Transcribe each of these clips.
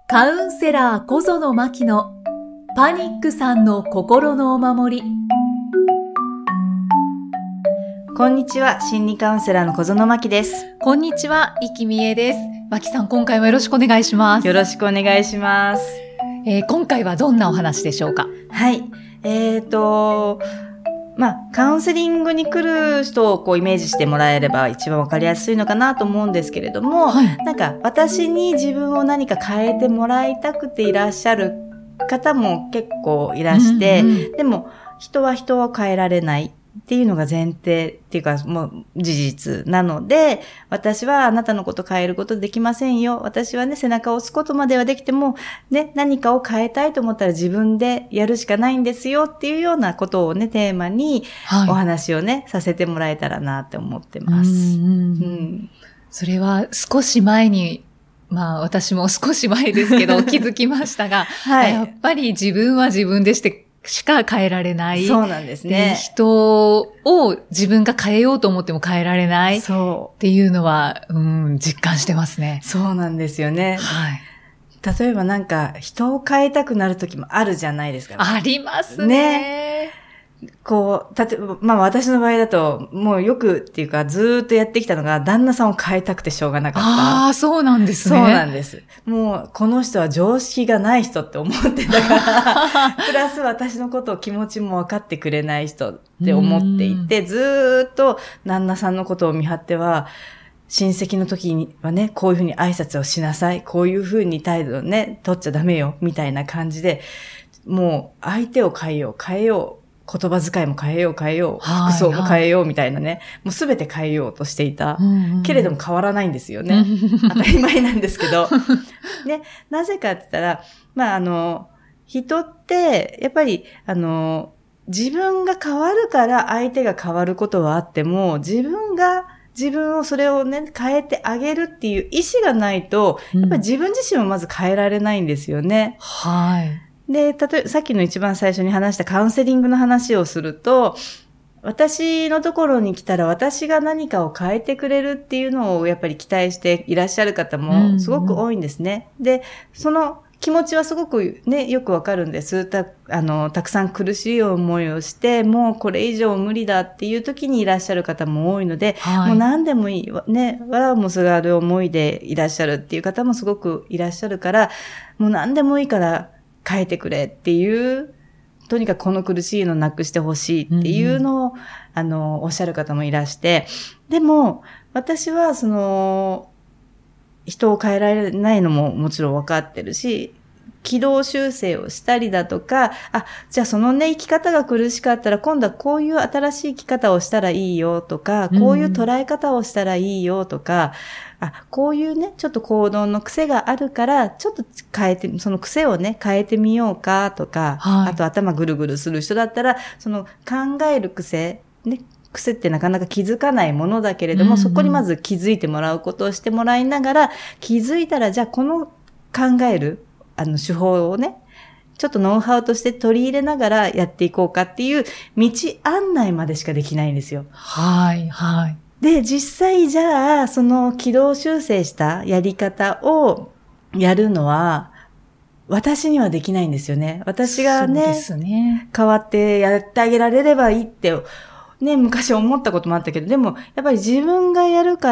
カウンセラー小園真希のパニックさんの心のお守り。 こんにちは、心理カウンセラーの小園真希です。 こんにちは、生きみえです。真希さん、今回もよろしくお願いします。 よろしくお願いします。 今回はどんなお話でしょうか？ はい。カウンセリングに来る人をイメージしてもらえれば一番わかりやすいのかなと思うんですけれども、 はい、 私に自分を何か変えてもらいたくていらっしゃる方も結構いらして、でも人は人を変えられないっていうのが前提っていうかもう事実なので、私はあなたのこと変えることできませんよ。私はね、背中を押すことまではできても、ね、何かを変えたいと思ったら自分でやるしかないんですよっていうようなことをね、テーマにお話をね、させてもらえたらなって思ってます。 それは少し前に、私も少し前ですけど気づきましたが、はい、やっぱり自分は自分でしか変えられない。 そうなんですね。 人を自分が変えようと思っても変えられない。そうっていうのは、実感してますね。 そうなんですよね。はい。例えば人を変えたくなる時もあるじゃないですか。 ありますね。 例えば、私の場合だと、もうよくっていうか、ずーっとやってきたのが、旦那さんを変えたくてしょうがなかった。 ああ、そうなんですね。 そうなんです。もう、この人は常識がない人って思ってたから、プラス私のことを気持ちも分かってくれない人って思っていて、ずーっと旦那さんのことを見張っては、親戚の時にはね、こういうふうに挨拶をしなさい、こういうふうに態度をね、取っちゃダメよ、みたいな感じで、もう相手を変えよう。言葉遣いも変えよう、服装も変えようみたいなね、もうすべて変えようとしていた。けれども変わらないんですよね。当たり前なんですけど。ね、なぜかって言ったら、人って、やっぱり、自分が変わるから相手が変わることはあっても、自分をそれをね、変えてあげるっていう意思がないと、やっぱり自分自身をまず変えられないんですよね。 はい。 で、例えばさっきの一番最初に話したカウンセリングの話をすると、私のところに来たら私が何かを変えてくれるっていうのをやっぱり期待していらっしゃる方もすごく多いんですね。で、その気持ちはすごくね、よくわかるんです。たくさん苦しい思いをして、もうこれ以上無理だっていう時にいらっしゃる方も多いので、もう何でもいい。ね、わらもすがる思いでいらっしゃるっていう方もすごくいらっしゃるから、もう何でもいいから変えてくれっていう、とにかくこの苦しいのなくしてほしいっていうのを、おっしゃる方もいらして、でも、私は人を変えられないのももちろん分かってるし、軌道修正をしたりだとか、じゃあそのね、生き方が苦しかったら今度はこういう新しい生き方をしたらいいよとか、こういう捉え方をしたらいいよとか、こういうね、ちょっと行動の癖があるから、ちょっとその癖をね、変えてみようかとか、あと頭ぐるぐるする人だったら、その考える癖、ね、癖ってなかなか気づかないものだけれども、そこにまず気づいてもらうことをしてもらいながら、気づいたら、じゃあこの考える、手法をね、ちょっとノウハウとして取り入れながらやっていこうかっていう道案内までしかできないんですよ。 はい、はい。 で、実際じゃあ、その軌道修正したやり方をやるのは、私にはできないんですよね。私がね、変わってやってあげられればいいって、ね、昔思ったこともあったけど、でも、やっぱり自分がやるから、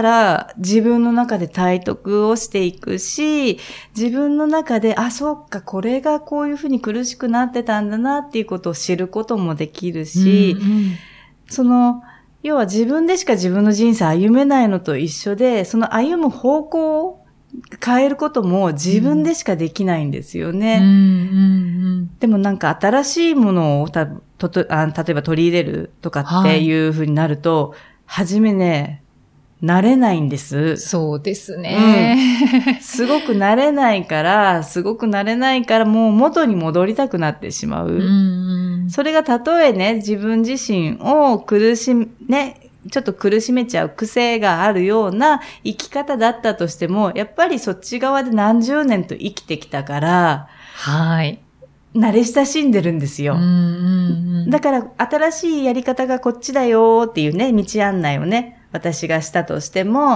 自分の中で体得をしていくし、自分の中で、そっか、これがこういうふうに苦しくなってたんだなっていうことを知ることもできるし、要は自分でしか自分の人生歩めないのと一緒で、その歩む方向を変えることも自分でしかできないんですよね。でも新しいものを例えば取り入れるとかっていう風になると、初めね、慣れないんです。 そうですね。 すごく慣れないから、もう元に戻りたくなってしまう。それがたとえね、自分自身をちょっと苦しめちゃう癖があるような生き方だったとしても、やっぱりそっち側で何十年と生きてきたから、慣れ親しんでるんですよ。だから新しいやり方がこっちだよっていうね、道案内をね、私がしたとしても、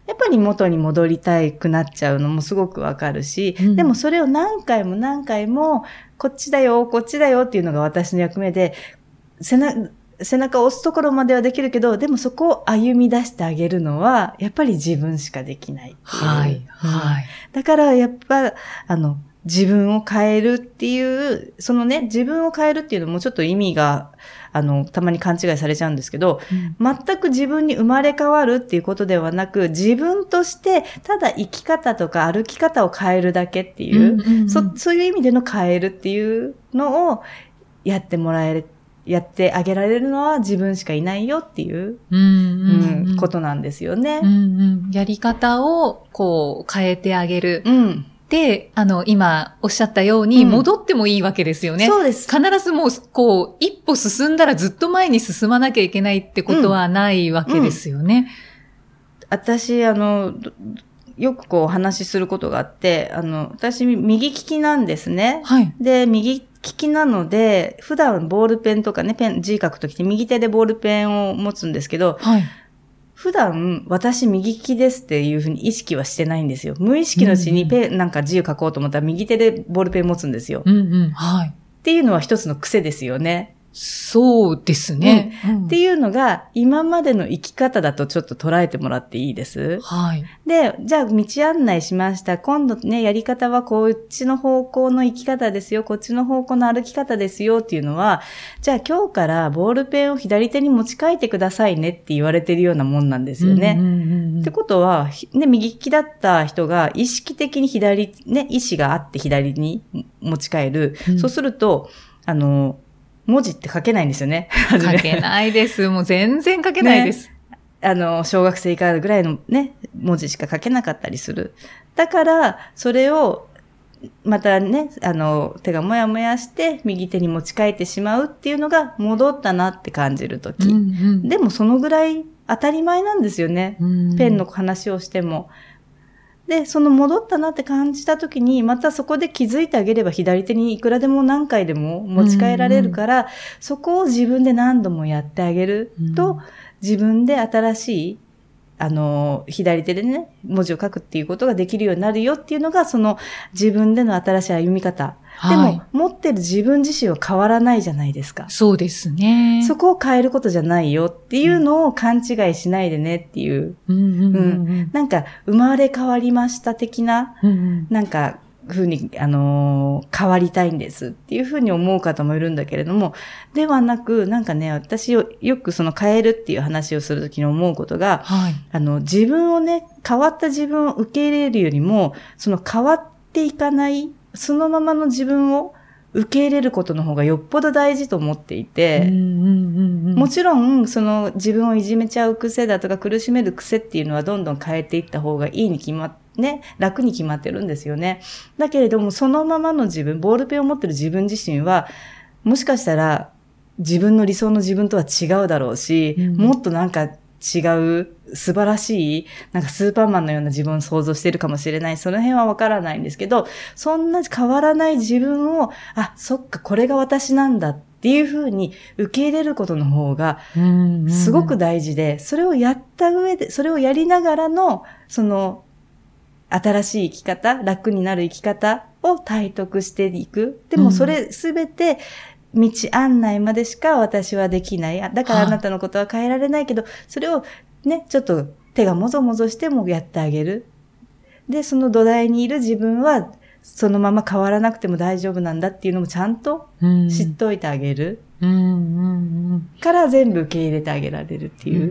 やっぱり元に戻りたくなっちゃうのもすごくわかるし、でもそれを何回も何回も、こっちだよ、こっちだよっていうのが私の役目で、背中を押すところまではできるけど、でもそこを歩み出してあげるのは、やっぱり自分しかできないっていう。 はい、はい。 だからやっぱ、自分を変えるっていう、そのね、自分を変えるっていうのもちょっと意味が、たまに勘違いされちゃうんですけど、全く自分に生まれ変わるっていうことではなく、自分として、ただ生き方とか歩き方を変えるだけっていう、そういう意味での変えるっていうのをやってあげられるのは自分しかいないよっていう、ことなんですよね。 やり方をこう変えてあげる。で、今おっしゃったように戻ってもいいわけですよね。 そうです。 必ずもう、こう、一歩進んだらずっと前に進まなきゃいけないってことはないわけですよね。 私、よくこう話しすることがあって、私、右利きなんですね。 はい。 で、右利きなので、普段ボールペンとかね、字書くときって右手でボールペンを持つんですけど、 はい。 普段、私右利きですっていうふうに意識はしてないんですよ。無意識のうちになんか字を書こうと思ったら右手でボールペン持つんですよ。 はい。 っていうのは一つの癖ですよね。 そうですね。 っていうのが、今までの生き方だとちょっと捉えてもらっていいです。 はい。 で、じゃあ道案内しました。今度ね、やり方はこっちの方向の生き方ですよ。こっちの方向の歩き方ですよっていうのは、じゃあ今日からボールペンを左手に持ち替えてくださいねって言われてるようなもんなんですよね。ってことは、ね、右利きだった人が意識的に左、ね、意思があって左に持ち替える。そうすると、文字って書けないんですよね。 書けないです。もう全然書けないです。 ね、小学生以下ぐらいのね、文字しか書けなかったりする。だから、それを、またね、手がもやもやして、右手に持ち替えてしまうっていうのが戻ったなって感じるとき。でもそのぐらい当たり前なんですよね。ペンの話をしても。で、その戻ったなって感じたときに、またそこで気づいてあげれば左手にいくらでも何回でも持ち替えられるから、そこを自分で何度もやってあげると、自分で新しい、左手でね、文字を書くっていうことができるようになるよっていうのが、その自分での新しい歩み方。でも、持ってる自分自身は変わらないじゃないですか。 そうですね。 そこを変えることじゃないよっていうのを勘違いしないでねっていう。なんか、生まれ変わりました的な、なんか、ふうに、変わりたいんですっていうふうに思う方もいるんだけれども、ではなく、なんかね、私よくその変えるっていう話をするときに思うことが、自分をね、変わった自分を受け入れるよりも、その変わっていかない、そのままの自分を受け入れることの方がよっぽど大事と思っていて、もちろん、その自分をいじめちゃう癖だとか苦しめる癖っていうのはどんどん変えていった方がいいに楽に決まってるんですよね。だけれども、そのままの自分、ボールペンを持ってる自分自身は、もしかしたら自分の理想の自分とは違うだろうし、もっとなんか違う素晴らしい、なんかスーパーマンのような自分を想像しているかもしれない。その辺はわからないんですけど、そんな変わらない自分を、そっか、これが私なんだっていうふうに受け入れることの方が、すごく大事で、それをやった上で、それをやりながらの、その、新しい生き方、楽になる生き方を体得していく。でもそれすべて、道案内までしか私はできない。だからあなたのことは変えられないけど、それをね、ちょっと手がもぞもぞしてもやってあげる。で、その土台にいる自分は、そのまま変わらなくても大丈夫なんだっていうのもちゃんと知っといてあげる。から全部受け入れてあげられるっていう。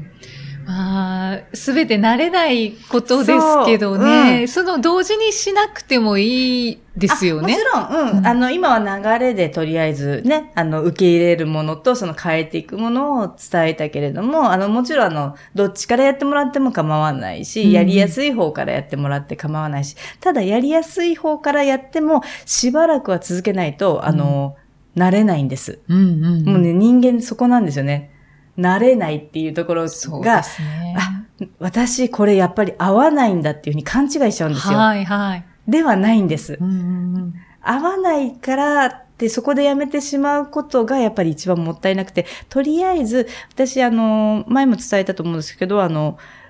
すべて慣れないことですけどね、その同時にしなくてもいいですよね。 もちろん、今は流れでとりあえずね、受け入れるものとその変えていくものを伝えたけれども、もちろんどっちからやってもらっても構わないし、やりやすい方からやってもらって構わないし、ただやりやすい方からやってもしばらくは続けないと、慣れないんです。もうね、人間そこなんですよね。慣れないっていうところが、私これやっぱり合わないんだっていうふうに勘違いしちゃうんですよ。ではないんです。合わないからってそこでやめてしまうことがやっぱり一番もったいなくて、とりあえず、私前も伝えたと思うんですけど、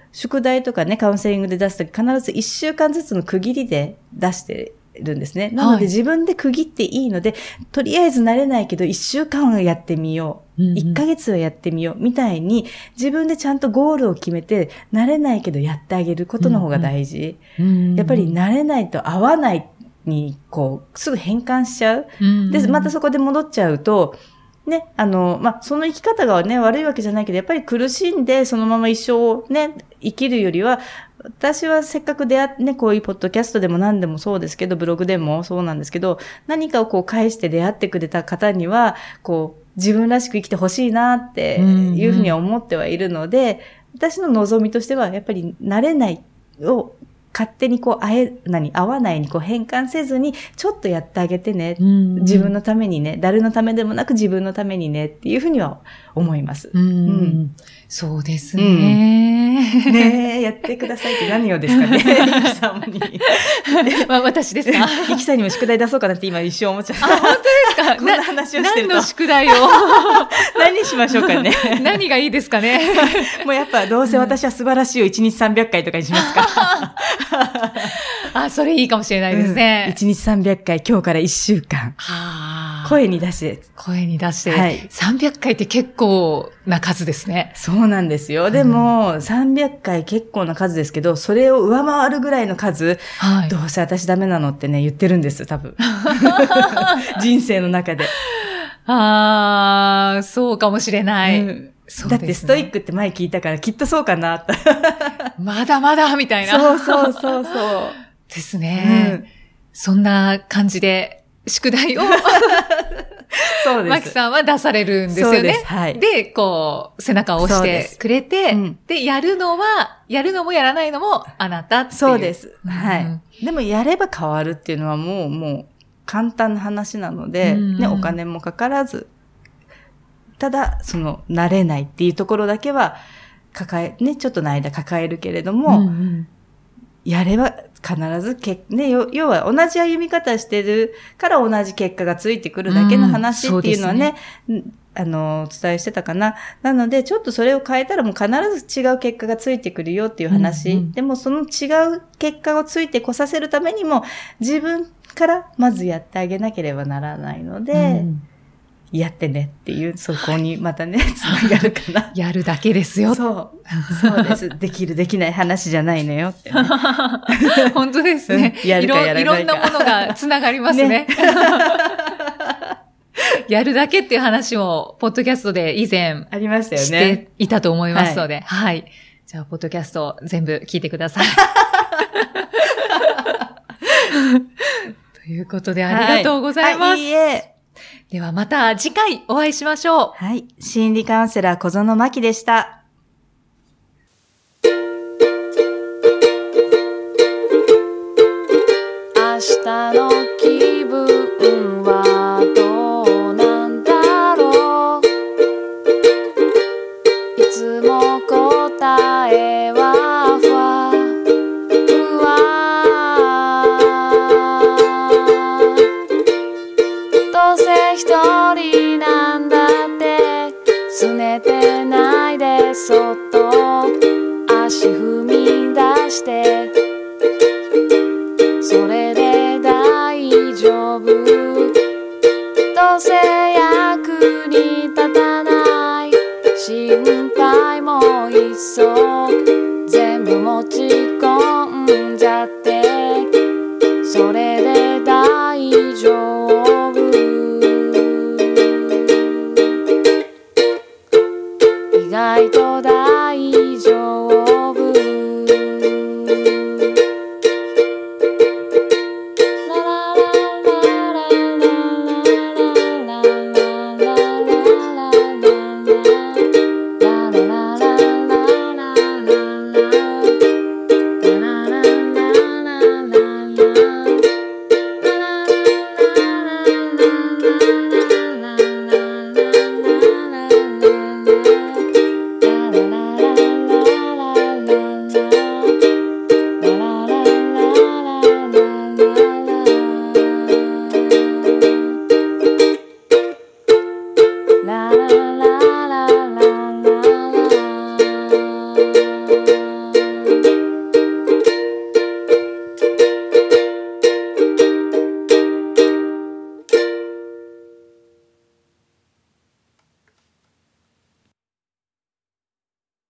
宿題とかね、カウンセリングで出すとき必ず1週間ずつの区切りで出してるんですね。なので自分で区切っていいので、とりあえず慣れないけど1週間はやってみよう。1ヶ月はやってみよう。みたいに自分でちゃんとゴールを決めて、慣れないけどやってあげることの方が大事。やっぱり慣れないと合わないに、すぐ変換しちゃう。で、またそこで戻っちゃうと、ね、その生き方がね、悪いわけじゃないけど、やっぱり苦しんでそのまま一生をね、生きるよりは、私はせっかく出会ってね、こういうポッドキャストでも何でもそうですけど、ブログでもそうなんですけど、何かを返して出会ってくれた方には、自分らしく生きてほしいなっていうふうには思ってはいるので、私の望みとしては、やっぱり慣れないを勝手に合わないに変換せずに、ちょっとやってあげてね。自分のためにね、誰のためでもなく自分のためにねっていうふうには思います。 そうですね。 ねえ、やってくださいって何をですかね、イキさんに。 私ですか？ イキさんにも宿題出そうかなって今一瞬思っちゃった。 本当ですか？ こんな話をしてると。 何の宿題を何しましょうかね。 何がいいですかね。 もうやっぱどうせ私は素晴らしいを1日300回とかにしますか。 それいいかもしれないですね。 1日300回、今日から1週間。声に出して。 はい。300回って結構な数ですね。 そうなんですよ。でも、300回結構な数ですけど、それを上回るぐらいの数、どうせ私ダメなのってね、言ってるんです、多分。人生の中で。 そうかもしれない。 だってストイックって前聞いたからきっとそうかなって。 まだまだみたいな。 そう。 ですね。そんな感じで宿題をそうです。 マキさんは出されるんですよね。 そうです。はい。 で、背中を押してくれて、で、やるのもやらないのもあなたっていう。 そうです。はい。でもやれば変わるっていうのはもう簡単な話なので、ね、お金もかからず、ただ、慣れないっていうところだけは、ちょっとの間抱えるけれども、やれば必ず要は同じ歩み方してるから同じ結果がついてくるだけの話っていうのはね、お伝えしてたかな。なので、ちょっとそれを変えたらもう必ず違う結果がついてくるよっていう話。でもその違う結果をついてこさせるためにも、自分からまずやってあげなければならないので、やってねっていう、そこにまたね、つながるかな。 やるだけですよ。 そうです。できるできない話じゃないのよってね。 本当ですね。 やるかやらないか。 いろんなものがつながりますね。やるだけっていう話も、ポッドキャストで以前、 ありましたよね。 していたと思いますので、はい。じゃあ、ポッドキャスト全部聞いてください。ということで、ありがとうございます。 いいえ。 ではまた次回お会いしましょう。 はい。心理カウンセラー小園真希でした。 明日の気分はどうなんだろう。いつも答えはふわふわ。どうせ一人なんだって拗ねてないでそっと足踏み出して